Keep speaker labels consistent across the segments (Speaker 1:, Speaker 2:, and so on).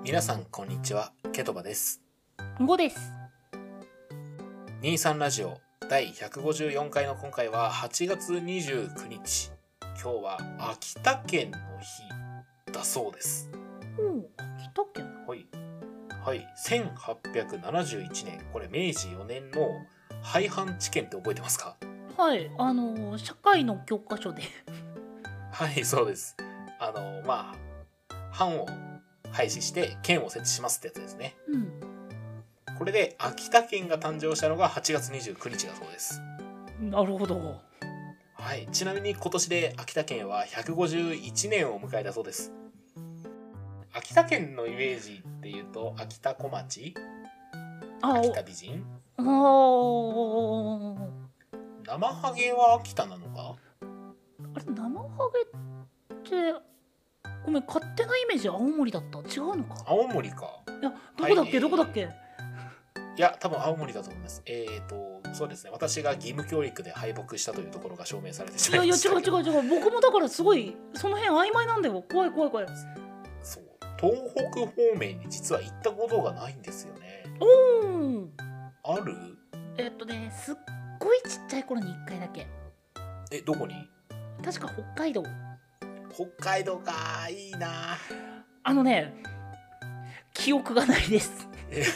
Speaker 1: 皆さんこんにちは、ケトバです。
Speaker 2: 5です。
Speaker 1: 23ラジオ第154回の今回は8月29日。今日は秋田県の日だそうです。
Speaker 2: 秋田県。
Speaker 1: はい、1871年、これ明治4年の廃藩置県って覚えてますか？
Speaker 2: はい、社会の教科書で
Speaker 1: はい、そうです。藩を廃止して県を設置しますってやつですね。これで秋田県が誕生したのが8月29日だそうです。
Speaker 2: なるほど。
Speaker 1: はい、ちなみに今年で秋田県は151年を迎えたそうです。秋田県のイメージっていうと秋田小町、秋田美人、生ハゲは秋田なのか？
Speaker 2: あれ、生ハゲってごめん、勝手なイメージ青森だった。違うのか？
Speaker 1: 青森か。
Speaker 2: いや、どこだっけ、どこだっけ？
Speaker 1: いや、多分青森だと思います。そうですね。私が義務教育で敗北したというところが証明されてしまいました。
Speaker 2: いや、違う。僕もだからすごいその辺曖昧なんだよ。怖い。
Speaker 1: そう。東北方面に実は行ったことがないんですよね。ある？
Speaker 2: すっごいちっちゃい頃に1回だけ。
Speaker 1: どこに？
Speaker 2: 確か北海道。
Speaker 1: 北海道か、いいな。
Speaker 2: 記憶がないです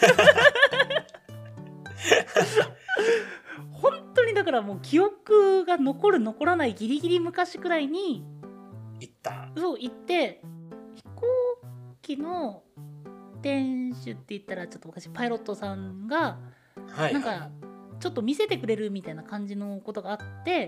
Speaker 2: 本当に。だからもう記憶が残る残らないギリギリ昔くらいに
Speaker 1: 行った。
Speaker 2: そう行って、飛行機の店主って言ったらちょっと昔パイロットさんがなんかちょっと見せてくれるみたいな感じのことがあって、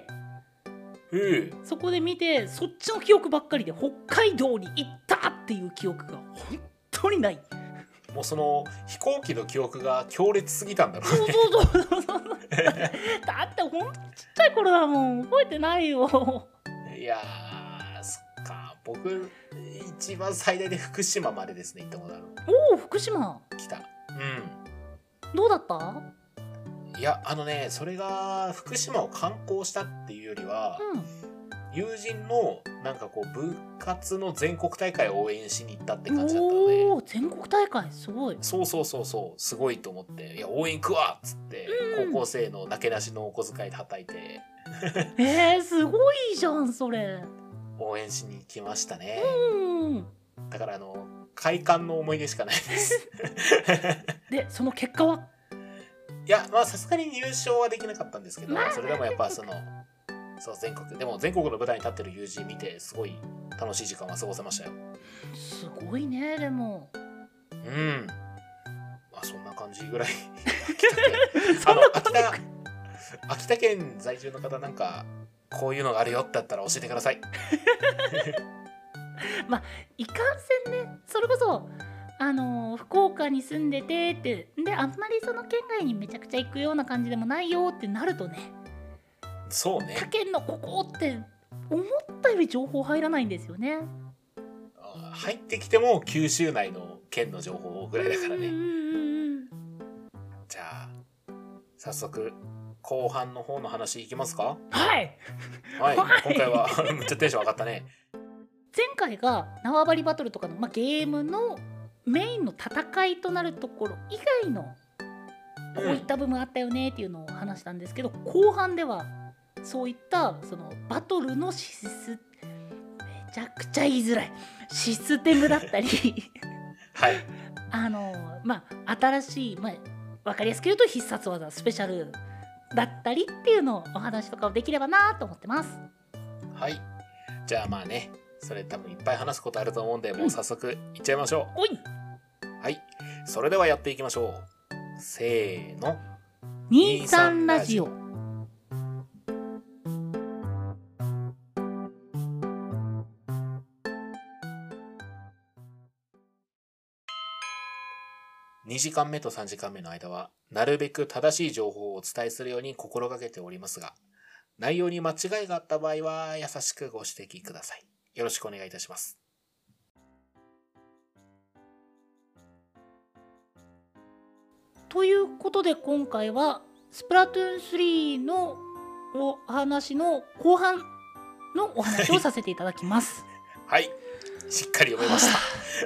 Speaker 2: そこで見て、そっちの記憶ばっかりで北海道に行ったっていう記憶が本当にない。
Speaker 1: もうその飛行機の記憶が強烈すぎたんだろうね。
Speaker 2: そうだってほんとちっちゃい頃だもん。覚えてないよ。
Speaker 1: いやー、そっか。僕一番最大で福島までですね、行ったことある。
Speaker 2: 福島
Speaker 1: 来た。
Speaker 2: どうだった？
Speaker 1: いや、それが福島を観光したっていうよりは、友人のなんかこう部活の全国大会を応援しに行ったって感じだったので。
Speaker 2: 全国大会すごい。
Speaker 1: そうすごいと思って、いや応援行くわっつって、高校生のなけなしのお小遣いではたいて
Speaker 2: すごいじゃんそれ。応
Speaker 1: 援しに行きましたね。だから快感の思い出しかないです
Speaker 2: でその結果は？
Speaker 1: いや、さすがに入賞はできなかったんですけど、それでもやっぱそう全国の舞台に立ってる友人見てすごい楽しい時間は過ごせましたよ。
Speaker 2: すごいね。でも
Speaker 1: そんな感じぐらい秋田県在住の方、なんかこういうのがあるよってあったら教えてください
Speaker 2: いかんせんね、それこそ福岡に住んでてってで、あんまりその県外にめちゃくちゃ行くような感じでもないよってなるとね、
Speaker 1: そうね、
Speaker 2: 他県のここって思ったより情報入らないんですよね。
Speaker 1: 入ってきても九州内の県の情報ぐらいだからね。じゃあ早速後半の方の話いきますか？はい、今回はめっちゃテンション上がったね。
Speaker 2: 前回が縄張りバトルとかの、ゲームのメインの戦いとなるところ以外のこういった部分あったよねっていうのを話したんですけど、後半ではそういったそのバトルのシス、めちゃくちゃ言いづらいシステムだったり新しい、分かりやすく言うと必殺技スペシャルだったりっていうのをお話とかをできればなと思ってます。はい、
Speaker 1: じゃあそれ多分いっぱい話すことあると思うんで、もう早速いっちゃいましょう。はい、それではやっていきましょう。せーの、
Speaker 2: 23ラジオ。
Speaker 1: 2時間目と3時間目の間はなるべく正しい情報をお伝えするように心がけておりますが、内容に間違いがあった場合は優しくご指摘ください。よろしくお願いいたします。
Speaker 2: ということで今回はスプラトゥーン3のお話の後半のお話をさせていただきます。
Speaker 1: はい、 しっかり読めました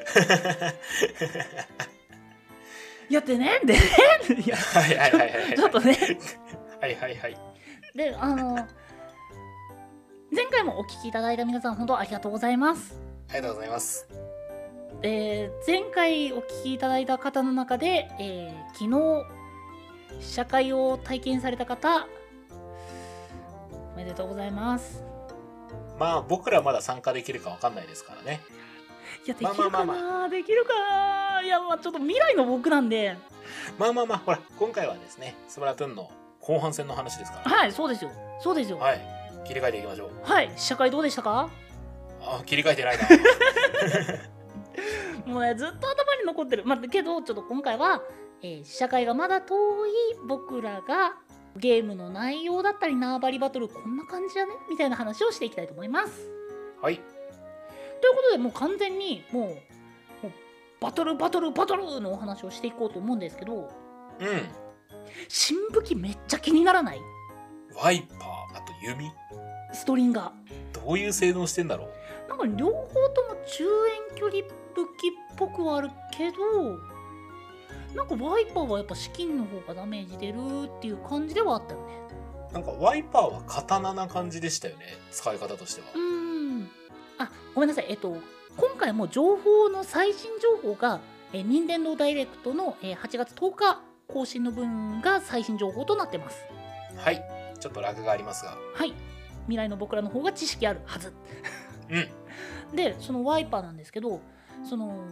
Speaker 2: やってねでねいや
Speaker 1: はいはいはいはい
Speaker 2: ちょっとね
Speaker 1: はいはいはい。
Speaker 2: で前回もお聞きいただいた皆さん本当ありがとうございます。
Speaker 1: ありがとうございます。
Speaker 2: 前回お聞きいただいた方の中で、昨日試写会を体験された方おめでとうございます。
Speaker 1: まあ僕らまだ参加できるかわかんないですからね。
Speaker 2: いやできるかな、できるかな。いやまあちょっと未来の僕なんで
Speaker 1: まあほら今回はですねスプラトゥーンの後半戦の話ですから、
Speaker 2: はいそうですよそうですよ。
Speaker 1: はい切り替えていきましょう。
Speaker 2: はい試写会どうでしたか。
Speaker 1: 切り替えてないな
Speaker 2: もうねずっと頭に残ってる。まあけどちょっと今回は、試写会がまだ遠い僕らがゲームの内容だったり縄張りバトルこんな感じだねみたいな話をしていきたいと思います。
Speaker 1: はい。
Speaker 2: ということでもう完全にもうバトルのお話をしていこうと思うんですけど、新武器めっちゃ気にならない？
Speaker 1: ワイパー、あと弓、
Speaker 2: ストリンガ
Speaker 1: ーどういう性能してんだろ
Speaker 2: う。なんか両方とも中遠距離武器っぽくはあるけどなんかワイパーはやっぱ資金の方がダメージ出るっていう感じではあったよね。
Speaker 1: なんかワイパーは刀な感じでしたよね、使い方としては。
Speaker 2: あ、ごめんなさい。今回も情報の最新情報が、任天堂ダイレクトの、8月10日更新の分が最新情報となってます。
Speaker 1: はい、ちょっとラグがありますが。
Speaker 2: はい、未来の僕らの方が知識あるはず。で、そのワイパーなんですけど、その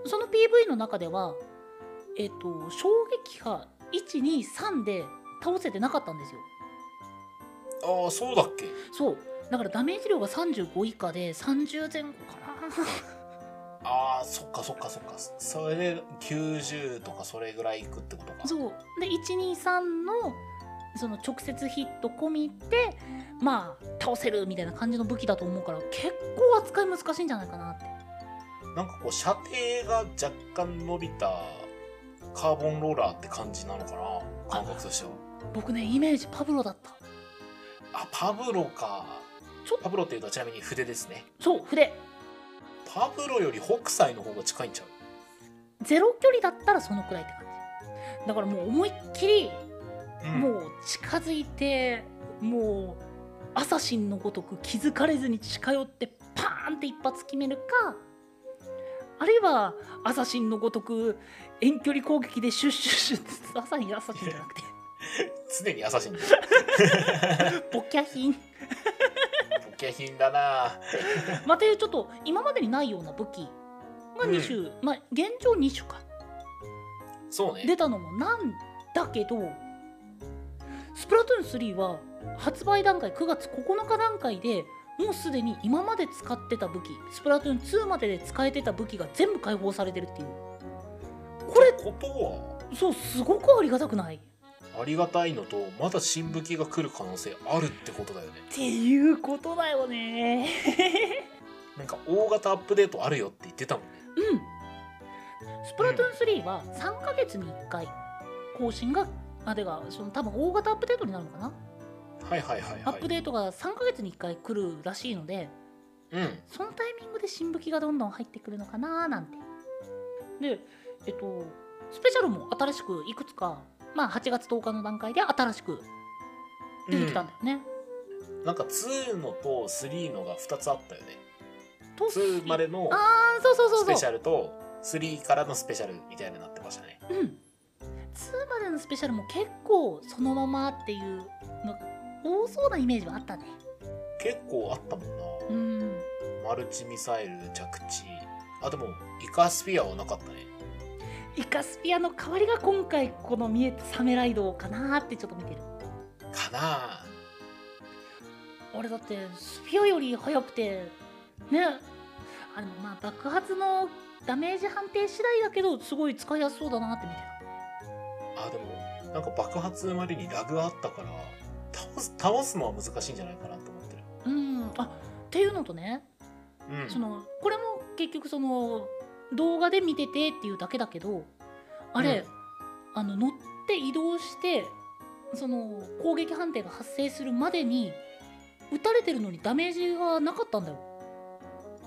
Speaker 2: PV の中では、衝撃波1、2、3で倒せてなかったんですよ。
Speaker 1: ああ、そうだっけ。
Speaker 2: そうだからダメージ量が35以下で30前後かな
Speaker 1: ああ、そっか。それで90とかそれぐらいいくってことか。
Speaker 2: そうで123のその直接ヒット込みでまあ倒せるみたいな感じの武器だと思うから結構扱い難しいんじゃないかなって。
Speaker 1: なんかこう射程が若干伸びたカーボンローラーって感じなのかな、感覚としては。
Speaker 2: 僕ねイメージパブロだった。
Speaker 1: パブロか。パブロっていうのはちなみに筆ですね。
Speaker 2: そう筆。
Speaker 1: パブロより北斎の方が近いんちゃう。
Speaker 2: ゼロ距離だったらそのくらいって感じだからもう思いっきり、もう近づいてもうアサシンのごとく気づかれずに近寄ってパーンって一発決めるか、あるいはアサシンのごとく遠距離攻撃でシュッシュッシュッってアサシンじゃなくて
Speaker 1: 常にアサシン
Speaker 2: ボキャヒンボ
Speaker 1: キャヒンだな
Speaker 2: またちょっと今までにないような武器が2種、まあ現状2種か
Speaker 1: そうね
Speaker 2: 出たのもなんだけど、スプラトゥーン3は発売段階9月9日段階でもうすでに今まで使ってた武器スプラトゥーン2までで使えてた武器が全部解放されてるっていう。これ
Speaker 1: ことは
Speaker 2: そうすごくありがたくない？
Speaker 1: ありがたいのとまだ新武器が来る可能性あるってことだよね。
Speaker 2: っていうことだよね
Speaker 1: なんか大型アップデートあるよって言ってたもんね。
Speaker 2: スプラトゥーン3は3ヶ月に1回更新がその多分大型アップデートになるのかな。
Speaker 1: はい、
Speaker 2: アップデートが3ヶ月に1回来るらしいので、そのタイミングで新武器がどんどん入ってくるのかななんて。でスペシャルも新しくいくつか8月10日の段階で新しく出てきたんだよね。
Speaker 1: なんか2のと3のが2つあったよね。
Speaker 2: と
Speaker 1: 2までの
Speaker 2: そう
Speaker 1: スペシャルと3からのスペシャルみたいになってましたね。
Speaker 2: 2までのスペシャルも結構そのままっていうの多そうなイメージはあったね。
Speaker 1: 結構あったもんな。マルチミサイル着地。でもイカスピアはなかったね。
Speaker 2: イカスピアの代わりが今回この見えたサメライドかなってちょっと見てる
Speaker 1: かな。
Speaker 2: 俺だってスピアより速くてね、爆発のダメージ判定次第だけどすごい使いやすそうだなって見て
Speaker 1: た。でもなんか爆発までにラグがあったから倒すのは難しいんじゃないかなと思ってる。
Speaker 2: っていうのとね、これも結局その動画で見ててっていうだけだけどあれ、乗って移動してその攻撃判定が発生するまでに撃たれてるのにダメージがなかったんだよ。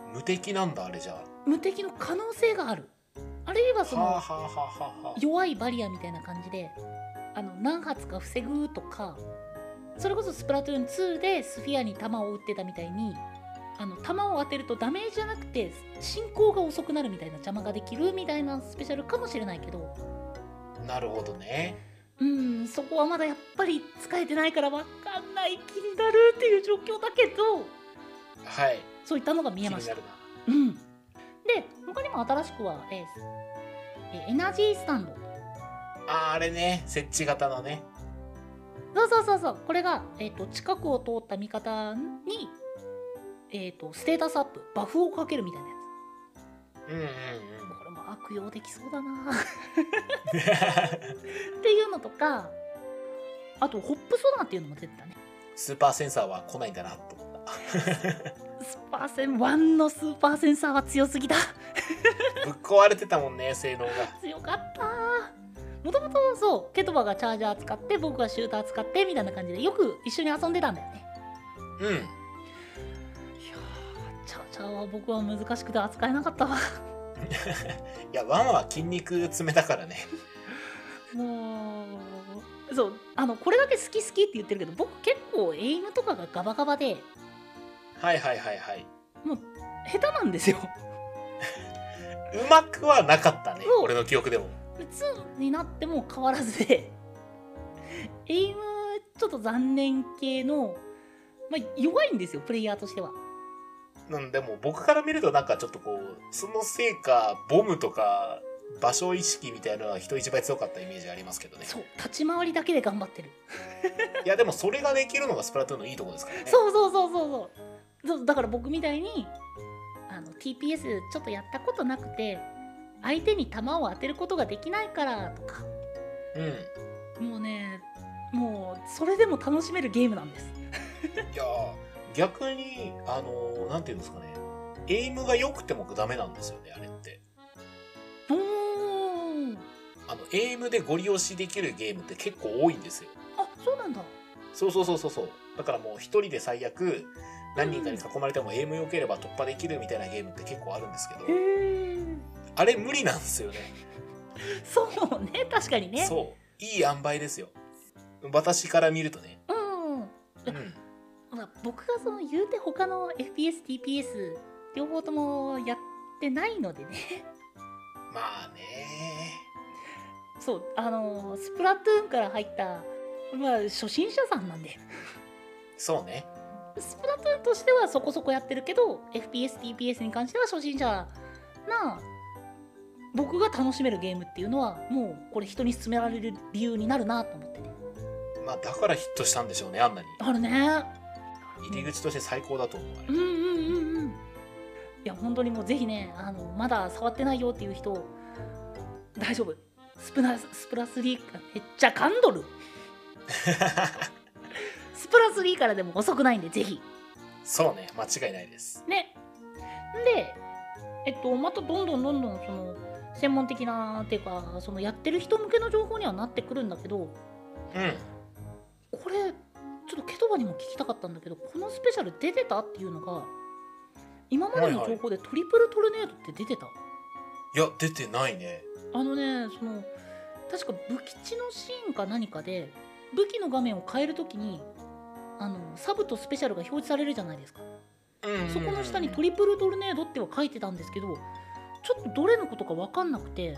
Speaker 1: 無敵なんだあれじゃあ。
Speaker 2: 無敵の可能性がある。あるいはその
Speaker 1: はあはあはあはあは
Speaker 2: 弱いバリアみたいな感じで何発か防ぐとか、それこそスプラトゥーン2でスフィアに弾を撃ってたみたいに弾を当てるとダメージじゃなくて進行が遅くなるみたいな邪魔ができるみたいなスペシャルかもしれないけど、
Speaker 1: なるほどね。
Speaker 2: そこはまだやっぱり使えてないから分かんない気になるっていう状況だけど、
Speaker 1: はい、
Speaker 2: そういったのが見えました。
Speaker 1: 気になるな。
Speaker 2: で他にも新しくは、エナジースタンド。
Speaker 1: あれね、設置型のね。
Speaker 2: そうこれが、近くを通った味方に、ステータスアップバフをかけるみたいなやつ。これも悪用できそうだなっていうのとか、あとホップソナーっていうのも出てたね。
Speaker 1: スーパーセンサーは来ないんだなと思った
Speaker 2: スーパーセン1のスーパーセンサーは強すぎだ
Speaker 1: ぶっ壊れてたもんね、性能が。
Speaker 2: 強かった。もともとそうケトバがチャージャー使って僕がシューター使ってみたいな感じでよく一緒に遊んでたんだよね。いやチャージャーは僕は難しくて扱えなかったわ
Speaker 1: いやワンは筋肉詰めだからね。
Speaker 2: もうそうこれだけ好きって言ってるけど、僕結構エイムとかがガバガバで、
Speaker 1: はい
Speaker 2: もう下手なんですよ
Speaker 1: うまくはなかったね、俺の記憶でも。
Speaker 2: 2になっても変わらずでエイムちょっと残念系の、弱いんですよプレイヤーとしては。
Speaker 1: でも僕から見るとなんかちょっとこうそのせいかボムとか場所意識みたいなのは人一倍強かったイメージありますけどね。
Speaker 2: そう立ち回りだけで頑張ってる
Speaker 1: いやでもそれができるのがスプラトゥーンのいいところですからね。
Speaker 2: そうだから僕みたいにTPS ちょっとやったことなくて相手に弾を当てることができないからとか、もうねもうそれでも楽しめるゲームなんです
Speaker 1: いや逆になんていうんですかね、エイムが良くてもダメなんですよねあれって。エイムでゴリ押しできるゲームって結構多いんですよ。
Speaker 2: あ、そうなんだ。
Speaker 1: そうだからもう一人で最悪何人かに囲まれてもエイム良ければ突破できるみたいなゲームって結構あるんですけど、あれ無理なんですよね。
Speaker 2: そうね、確かにね。
Speaker 1: そういい塩梅ですよ私から見るとね。
Speaker 2: 僕が言うて他の FPS、TPS 両方ともやってないのでね
Speaker 1: まあね。
Speaker 2: そうスプラトゥーンから入った初心者さんなんで
Speaker 1: そうね。
Speaker 2: スプラトゥーンとしてはそこそこやってるけど FPS、TPS に関しては初心者な僕が楽しめるゲームっていうのはもうこれ人に勧められる理由になるなと思ってね。
Speaker 1: だからヒットしたんでしょうね、あんなに。
Speaker 2: あるね。
Speaker 1: 入り口として最高だと思う。
Speaker 2: いや本当にもうぜひねまだ触ってないよっていう人大丈夫。スプラ3めっちゃ噛んどるスプラ3からでも遅くないんでぜひ。
Speaker 1: そうね、間違いないです
Speaker 2: ね。でまたどんどん専門的なっていうかやってる人向けの情報にはなってくるんだけど、これちょっとケトバにも聞きたかったんだけど、このスペシャル出てたっていうのが今までの情報でトリプルトルネードって出てた？
Speaker 1: いや出てないね。
Speaker 2: 確か武吉のシーンか何かで武器の画面を変えるときにサブとスペシャルが表示されるじゃないですか。そこの下にトリプルトルネードっては書いてたんですけど、ちょっとどれのことか分かんなくて、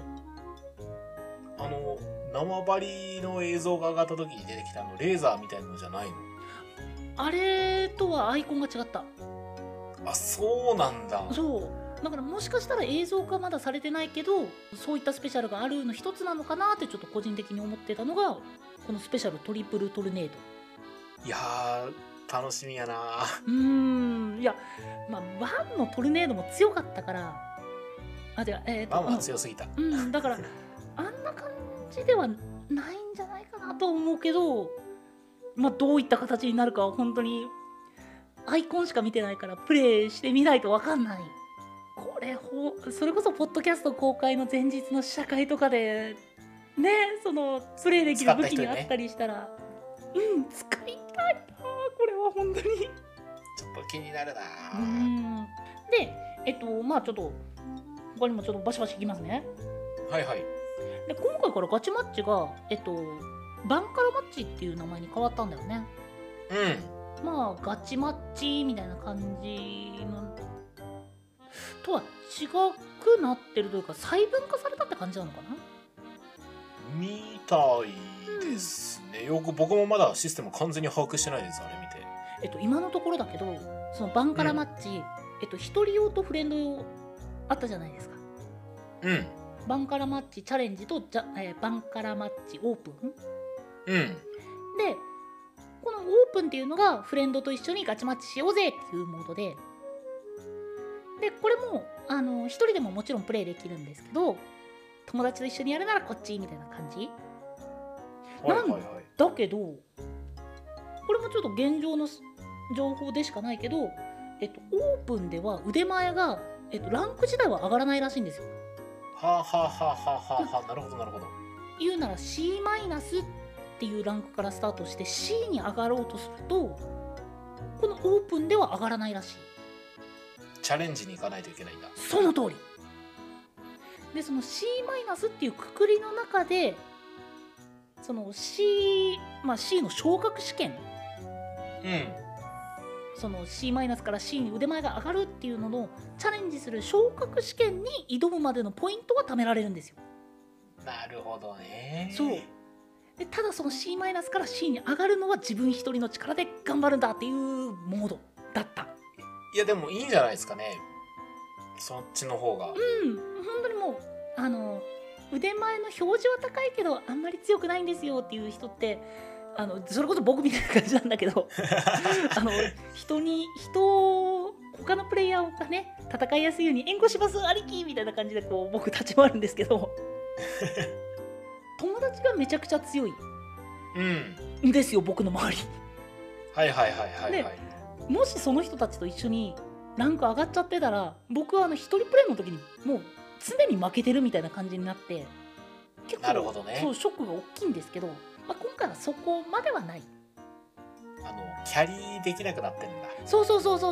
Speaker 1: 生張りの映像が上がった時に出てきたレーザーみたいなのじゃないの？
Speaker 2: あれとはアイコンが違った。
Speaker 1: あ、そうなんだ。
Speaker 2: そうだからもしかしたら映像化まだされてないけどそういったスペシャルがあるの一つなのかなってちょっと個人的に思ってたのがこのスペシャルトリプルトルネード。
Speaker 1: いやー楽しみやな。
Speaker 2: いや1のトルネードも強かったから
Speaker 1: 1は強すぎた。
Speaker 2: だからあんな感じではないんじゃないかなと思うけど、どういった形になるかは本当にアイコンしか見てないからプレイしてみないと分かんない。これそれこそポッドキャスト公開の前日の試写会とかでねプレイできる武器にあったりしたら使いたいな。これは本当に
Speaker 1: ちょっと気になるな。
Speaker 2: でまあちょっと他にもちょっとバシバシいきますね。
Speaker 1: はいはい。
Speaker 2: で今回からガチマッチがバンカラマッチっていう名前に変わったんだよね。まあガチマッチみたいな感じのとは違くなってるというか細分化されたって感じなのかな
Speaker 1: みたいですね、よく僕もまだシステム完全に把握してないです、あれ見て。
Speaker 2: 今のところだけどそのバンカラマッチ、一人用とフレンド用あったじゃないですか。バンカラマッチチャレンジとバンカラマッチオープン、でこのオープンっていうのがフレンドと一緒にガチマッチしようぜっていうモードで、これも一人でももちろんプレイできるんですけど、友達と一緒にやるならこっちみたいな感じ、だけどこれもちょっと現状の情報でしかないけど、オープンでは腕前が、ランク自体は上がらないらしいんですよ。
Speaker 1: なるほどなるほど。
Speaker 2: 言うなら C マイナスっていうランクからスタートして C に上がろうとするとこのオープンでは上がらないらしい。
Speaker 1: チャレンジに行かないといけないんだ。
Speaker 2: その通りで、その C マイナスっていうくくりの中でその C の昇格試験、その C マイナスから C に腕前が上がるっていうののチャレンジする昇格試験に挑むまでのポイントが貯められるんですよ。
Speaker 1: なるほどね。
Speaker 2: そうで、ただその C マイナスから C に上がるのは自分一人の力で頑張るんだっていうモードだった。
Speaker 1: いやでもいいんじゃないですかね、そっちの方が。
Speaker 2: 本当にもう腕前の表示は高いけどあんまり強くないんですよっていう人ってそれこそ僕みたいな感じなんだけど他のプレイヤーがね戦いやすいように援護しますありきみたいな感じでこう僕立ち回るんですけど友達がめちゃくちゃ強いんですよ、僕の周り。
Speaker 1: はい
Speaker 2: もしその人たちと一緒にランク上がっちゃってたら僕は一人プレイの時にもう常に負けてるみたいな感じになって結構
Speaker 1: なるほどね。
Speaker 2: そうショックが大きいんですけど、今回はそこまではない。
Speaker 1: キャリーできなくなってるんだ。
Speaker 2: そう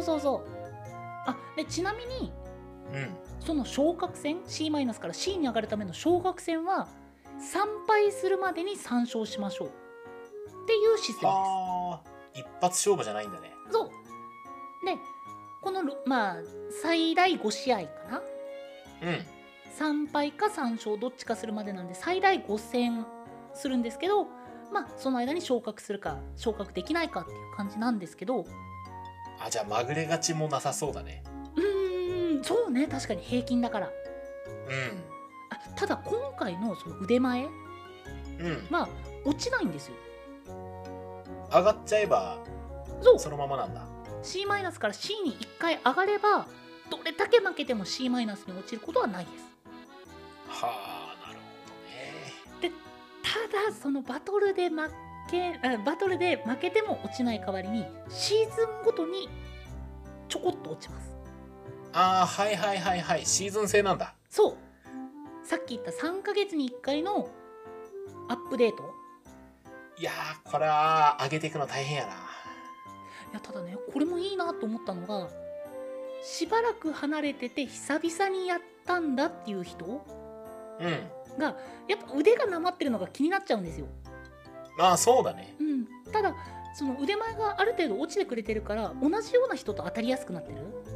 Speaker 2: でちなみに、その昇格戦 C マイナスから C に上がるための昇格戦は参拝するまでに3勝しましょうっていうシステム
Speaker 1: です。一発勝負じゃないんだね。
Speaker 2: そうでこの最大5試合かな、参拝か3勝どっちかするまでなんで最大5戦するんですけど、その間に昇格するか昇格できないかっていう感じなんですけど、
Speaker 1: じゃあまぐれ勝ちもなさそうだね。
Speaker 2: そうね、確かに平均だから。ただ今回のその腕前、落ちないんですよ。
Speaker 1: 上がっちゃえばそのままなんだ。
Speaker 2: C マイナスから C に1回上がればどれだけ負けても C マイナスに落ちることはないです。
Speaker 1: なるほどね。
Speaker 2: でただそのバトルで負けても落ちない代わりにシーズンごとにちょこっと落ちます。
Speaker 1: シーズン制なんだ。
Speaker 2: そう、さっき言った3ヶ月に1回のアップデート。
Speaker 1: いやーこれは上げていくの大変やな。
Speaker 2: いやただね、これもいいなと思ったのが、しばらく離れてて久々にやったんだっていう人がやっぱ腕がなまってるのが気になっちゃうんですよ。
Speaker 1: そうだね。
Speaker 2: ただその腕前がある程度落ちてくれてるから同じような人と当たりやすくなってる。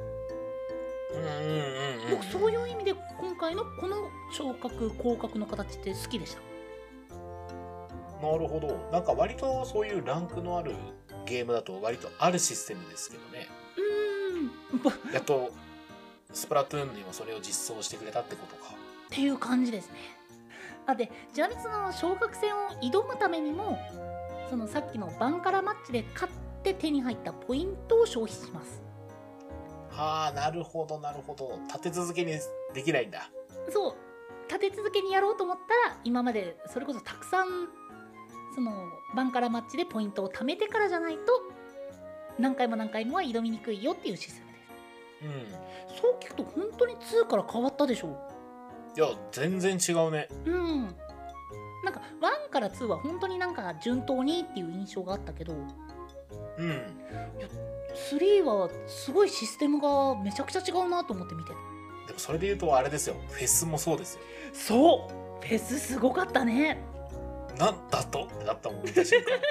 Speaker 2: 僕そういう意味で今回のこの昇格降格の形って好きでした。
Speaker 1: なるほど。なんか割とそういうランクのあるゲームだと割とあるシステムですけどね。やっとスプラトゥーンにもそれを実装してくれたってことか
Speaker 2: っていう感じですね。でじゃあその昇格戦を挑むためにもそのさっきのバンカラマッチで勝って手に入ったポイントを消費します。
Speaker 1: なるほど立て続けにできないんだ。
Speaker 2: そう立て続けにやろうと思ったら今までそれこそたくさんそのバンカラマッチでポイントを貯めてからじゃないと何回もは挑みにくいよっていうシステムです。そう聞くと本当に2から変わったでしょ。
Speaker 1: いや全然違うね。
Speaker 2: なんか1から2は本当になんか順当にっていう印象があったけど、
Speaker 1: うん。
Speaker 2: いや3はすごいシステムがめちゃくちゃ違うなと思って見て。
Speaker 1: でもそれで言うとあれですよ、フェスもそうですよ。
Speaker 2: そうフェスすごかったね。
Speaker 1: なんだとってなったもん見た瞬間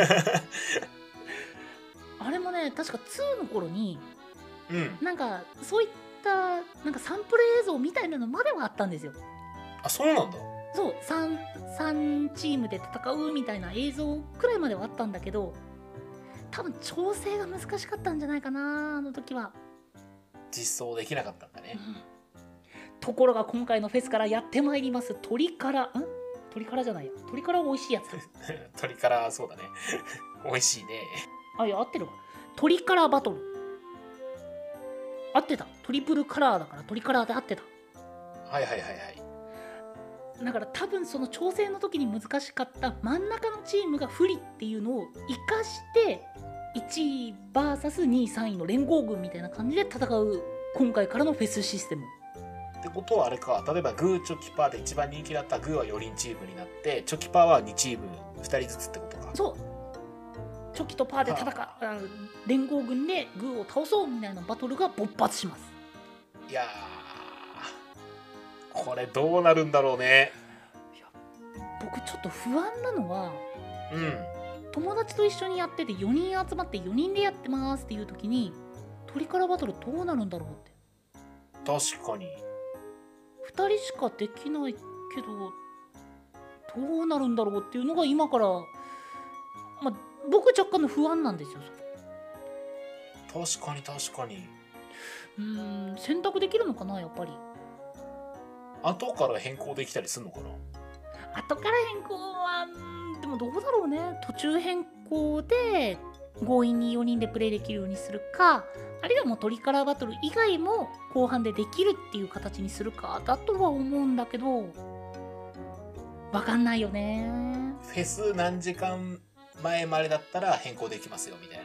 Speaker 2: あれもね確か2の頃に
Speaker 1: うん
Speaker 2: なんかそういったなんかサンプル映像みたいなのまではあったんですよ。
Speaker 1: あ、そうなんだ。
Speaker 2: そう 3チームで戦うみたいな映像くらいまではあったんだけど、多分調整が難しかったんじゃないかなあの時は。
Speaker 1: 実装できなかったんだね。
Speaker 2: ところが今回のフェスからやってまいります鶏からじゃないよ、鶏から美味しいやつだ
Speaker 1: 鶏からそうだね美味しいね。
Speaker 2: あ、いや合ってるわ。鶏からバトル合ってた。トリプルカラーだから鶏からで合ってた。
Speaker 1: はいはいはいはい。
Speaker 2: だから多分その調整の時に難しかった真ん中のチームが不利っていうのを生かして1位 VS2 位3位の連合軍みたいな感じで戦う今回からのフェスシステム。
Speaker 1: ってことはあれか、例えばグーチョキパーで一番人気だったグーは4人チームになってチョキパーは2チーム2人ずつってことか。
Speaker 2: そうチョキとパーで連合軍でグーを倒そうみたいなバトルが勃発します。
Speaker 1: いやーこれどうなるんだろうね。
Speaker 2: いや僕ちょっと不安なのは、
Speaker 1: うん、
Speaker 2: 友達と一緒にやってて4人集まって4人でやってますっていう時に鳥からバトルどうなるんだろうって。
Speaker 1: 確かに
Speaker 2: 2人しかできないけどどうなるんだろうっていうのが今から、まあ、僕若干の不安なんですよ。
Speaker 1: 確かに確かに。
Speaker 2: 選択できるのかなやっぱり。
Speaker 1: 後から変更できたりするのかな。
Speaker 2: 後から変更はでもどうだろうね。途中変更で強引に4人でプレイできるようにするか、あるいはもうトリカラーバトル以外も後半でできるっていう形にするかだとは思うんだけど、わかんないよね。
Speaker 1: フェス何時間前までだったら変更できますよみたいな。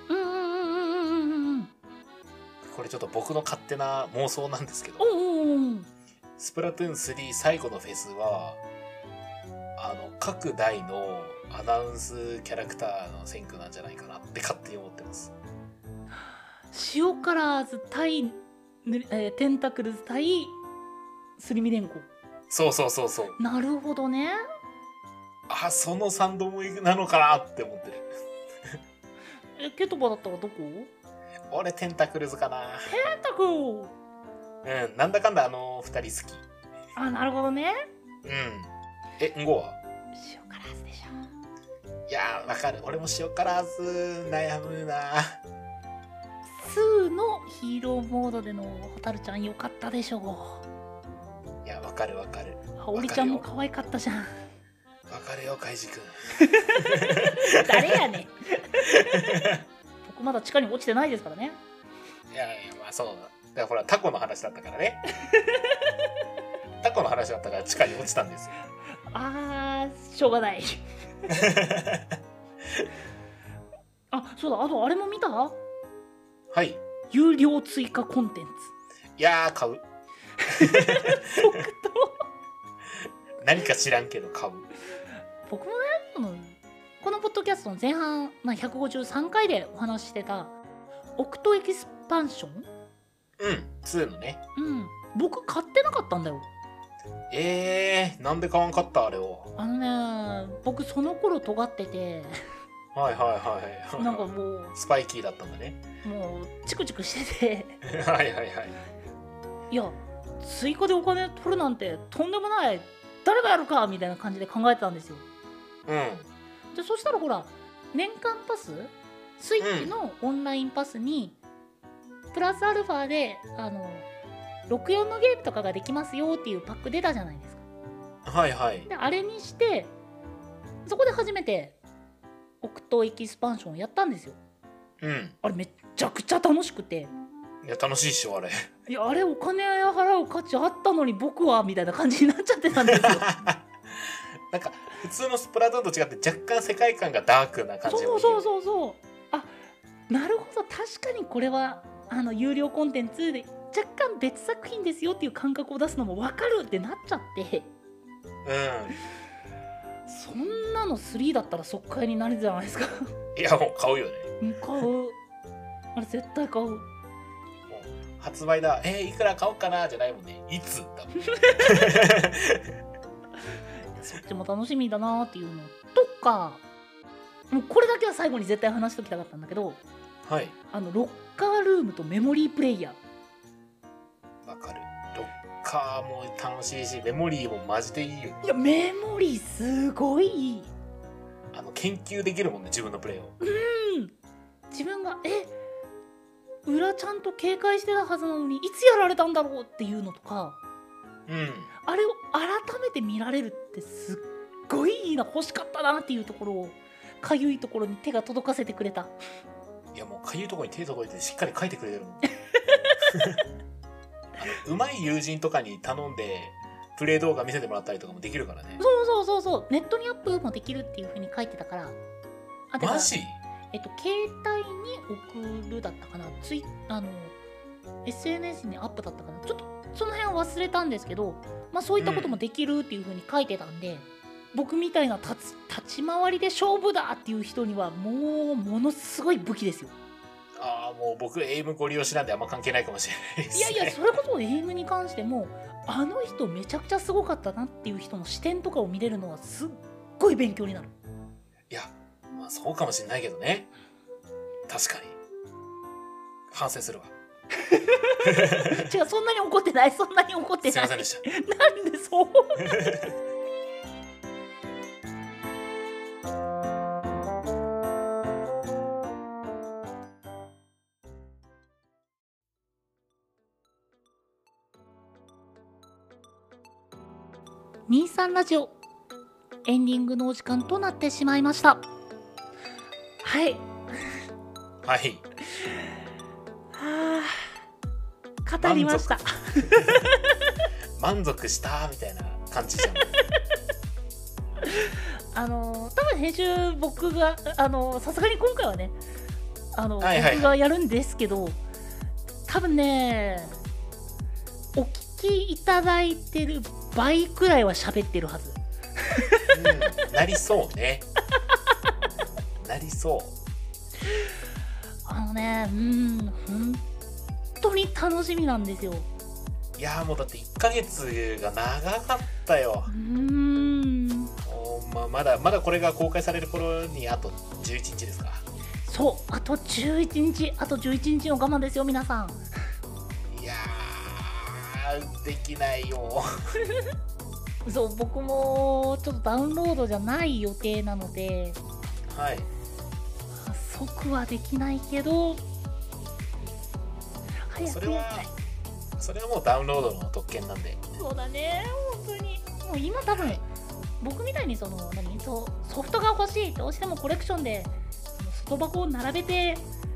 Speaker 1: これちょっと僕の勝手な妄想なんですけど、スプラトゥーン3最後のフェスは各代のアナウンスキャラクターの選挙なんじゃないかなって勝手に思ってます。
Speaker 2: 塩カラーズ対、テンタクルズ対スリミ連合。
Speaker 1: そうそうそうそう。
Speaker 2: なるほどね。
Speaker 1: あ、その3度もなのかなって思ってる
Speaker 2: ケトバだったらどこ？
Speaker 1: 俺テンタクルズかな。
Speaker 2: テンタクル。
Speaker 1: うん、なんだかんだ2人好き。
Speaker 2: あ、なるほどね。
Speaker 1: んごは
Speaker 2: 塩カラーズでしょ。
Speaker 1: いやーわかる。俺も塩カラーズ悩むな。
Speaker 2: 2のヒーローモードでのホタルちゃんよかったでしょ
Speaker 1: う。いやわかるわかる。
Speaker 2: オリちゃんも可愛かったじゃん。
Speaker 1: わかるよカイジ君
Speaker 2: 誰やねん僕まだ地下に落ちてないですからね。
Speaker 1: いやまあそうだからほらタコの話だったからねタコの話だったから地下に落ちたんですよ。
Speaker 2: しょうがないあ、そうだ、あとあれも見た？
Speaker 1: はい。
Speaker 2: 有料追加コンテンツ。
Speaker 1: いやー買う
Speaker 2: 即答
Speaker 1: 何か知らんけど買う。
Speaker 2: 僕もね、このポッドキャストの前半、153回でお話ししてたオクトエキスパンション
Speaker 1: 2のね。
Speaker 2: 僕買ってなかったんだよ。
Speaker 1: なんで買わんかったあれを。
Speaker 2: 僕その頃尖ってて
Speaker 1: はい
Speaker 2: なんかもう
Speaker 1: スパイキーだったんだね。
Speaker 2: もうチクチクしてて
Speaker 1: はい
Speaker 2: いや追加でお金取るなんてとんでもない、誰がやるかみたいな感じで考えてたんですよ。でそしたらほら年間パススイッチのオンラインパスに、プラスアルファで64のゲームとかができますよっていうパック出たじゃないですか。であれにしてそこで初めてオクトエキスパンションをやったんですよ。あれめっちゃくちゃ楽しくて。
Speaker 1: いや楽しいっしょあれ。
Speaker 2: いやあれお金払う価値あったのに僕はみたいな感じになっちゃってたんですよ
Speaker 1: なんか普通のスプラトゥーンと違って若干世界観がダークな感じ。
Speaker 2: そうあ、なるほど、確かにこれは有料コンテンツで若干別作品ですよっていう感覚を出すのも分かるってなっちゃってそんなの3だったら即買いになるじゃないですか
Speaker 1: いやもう買うよね。
Speaker 2: 買う。あれ絶対買う。
Speaker 1: もう発売だ、いくら買おうかなじゃないもんね、いつだもん
Speaker 2: そっちも楽しみだなっていうのとか、もうこれだけは最後に絶対話しときたかったんだけど、
Speaker 1: はい、
Speaker 2: ロッカールームとメモリープレイヤ
Speaker 1: ー。わかる。ロッカーも楽しいし、メモリーもマジでいいよ。
Speaker 2: いや、メモリーすごいいい。
Speaker 1: 研究できるもんね、自分のプレイを。
Speaker 2: 自分が裏ちゃんと警戒してたはずなのにいつやられたんだろうっていうのとか、あれを改めて見られるってすっごいいいな、欲しかったなっていうところを、かゆいところに手が届かせてくれた。
Speaker 1: いや、もうかゆいところに手届いてしっかり書いてくれてるもんうまい友人とかに頼んでプレイ動画見せてもらったりとかもできるからね。
Speaker 2: そうネットにアップもできるっていう風に書いてたから。
Speaker 1: マジ？
Speaker 2: 携帯に送るだったかな、SNS にアップだったかな、ちょっとその辺は忘れたんですけど、そういったこともできるっていう風に書いてたんで、僕みたいな立ち回りで勝負だっていう人にはもうものすごい武器ですよ。
Speaker 1: もう僕エイムご利用しなんであんま関係ないかもしれないですね。
Speaker 2: いやそれこそエイムに関しても、あの人めちゃくちゃすごかったなっていう人の視点とかを見れるのはすっごい勉強になる。
Speaker 1: いや、そうかもしれないけどね。確かに反省するわ
Speaker 2: 違う、そんなに怒ってない、そんなに怒ってない。
Speaker 1: すいませんでした
Speaker 2: なんでそう23ラジオエンディングのお時間となってしまいました。はい語りました
Speaker 1: 満足したみたいな感じじゃん
Speaker 2: 多分編集僕がさすがに今回はね僕がやるんですけど、多分ねお聞きいただいてる倍くらいは喋ってるはず
Speaker 1: なりそうねなりそう。
Speaker 2: 本当に楽しみなんですよ。
Speaker 1: いやもうだって1ヶ月が長かったよ。まだこれが公開される頃にあと11日ですか。
Speaker 2: そう、あと11日の我慢ですよ皆さん。
Speaker 1: いやできないよ
Speaker 2: そう僕もちょっとダウンロードじゃない予定なので、
Speaker 1: はい、
Speaker 2: 即はできないけど早くやりたい。
Speaker 1: それはもうダウンロードの特権なんで。
Speaker 2: そうだね、本当にもう今多分、僕みたいにソフトが欲しい、どうしてもコレクションで外箱を並べて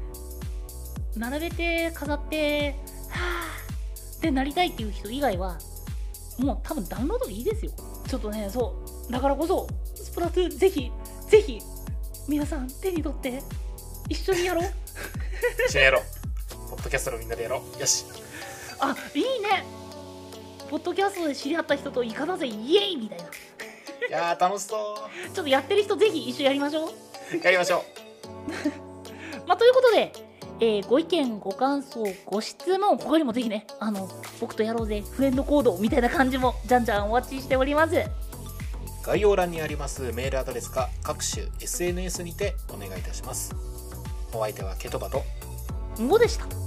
Speaker 2: 飾ってでなりたいっていう人以外はもう多分ダウンロードでいいですよ。ちょっとね、そうだからこそスプラトゥーンぜひ皆さん手に取って一緒にやろう
Speaker 1: 一緒にやろう。ポッドキャストのみんなでやろう。よし、
Speaker 2: いいね。ポッドキャストで知り合った人とイカだぜイエーイみたいな。
Speaker 1: いや楽しそう。
Speaker 2: ちょっとやってる人ぜひ一緒やりましょう
Speaker 1: やりましょう
Speaker 2: ということで、ご意見ご感想ご質問他にもぜひね僕とやろうぜフレンドコードみたいな感じもじゃんじゃんお待ちしております。
Speaker 1: 概要欄にありますメールアドレスか各種 SNS にてお願いいたします。お相手はケトバと
Speaker 2: んごでした。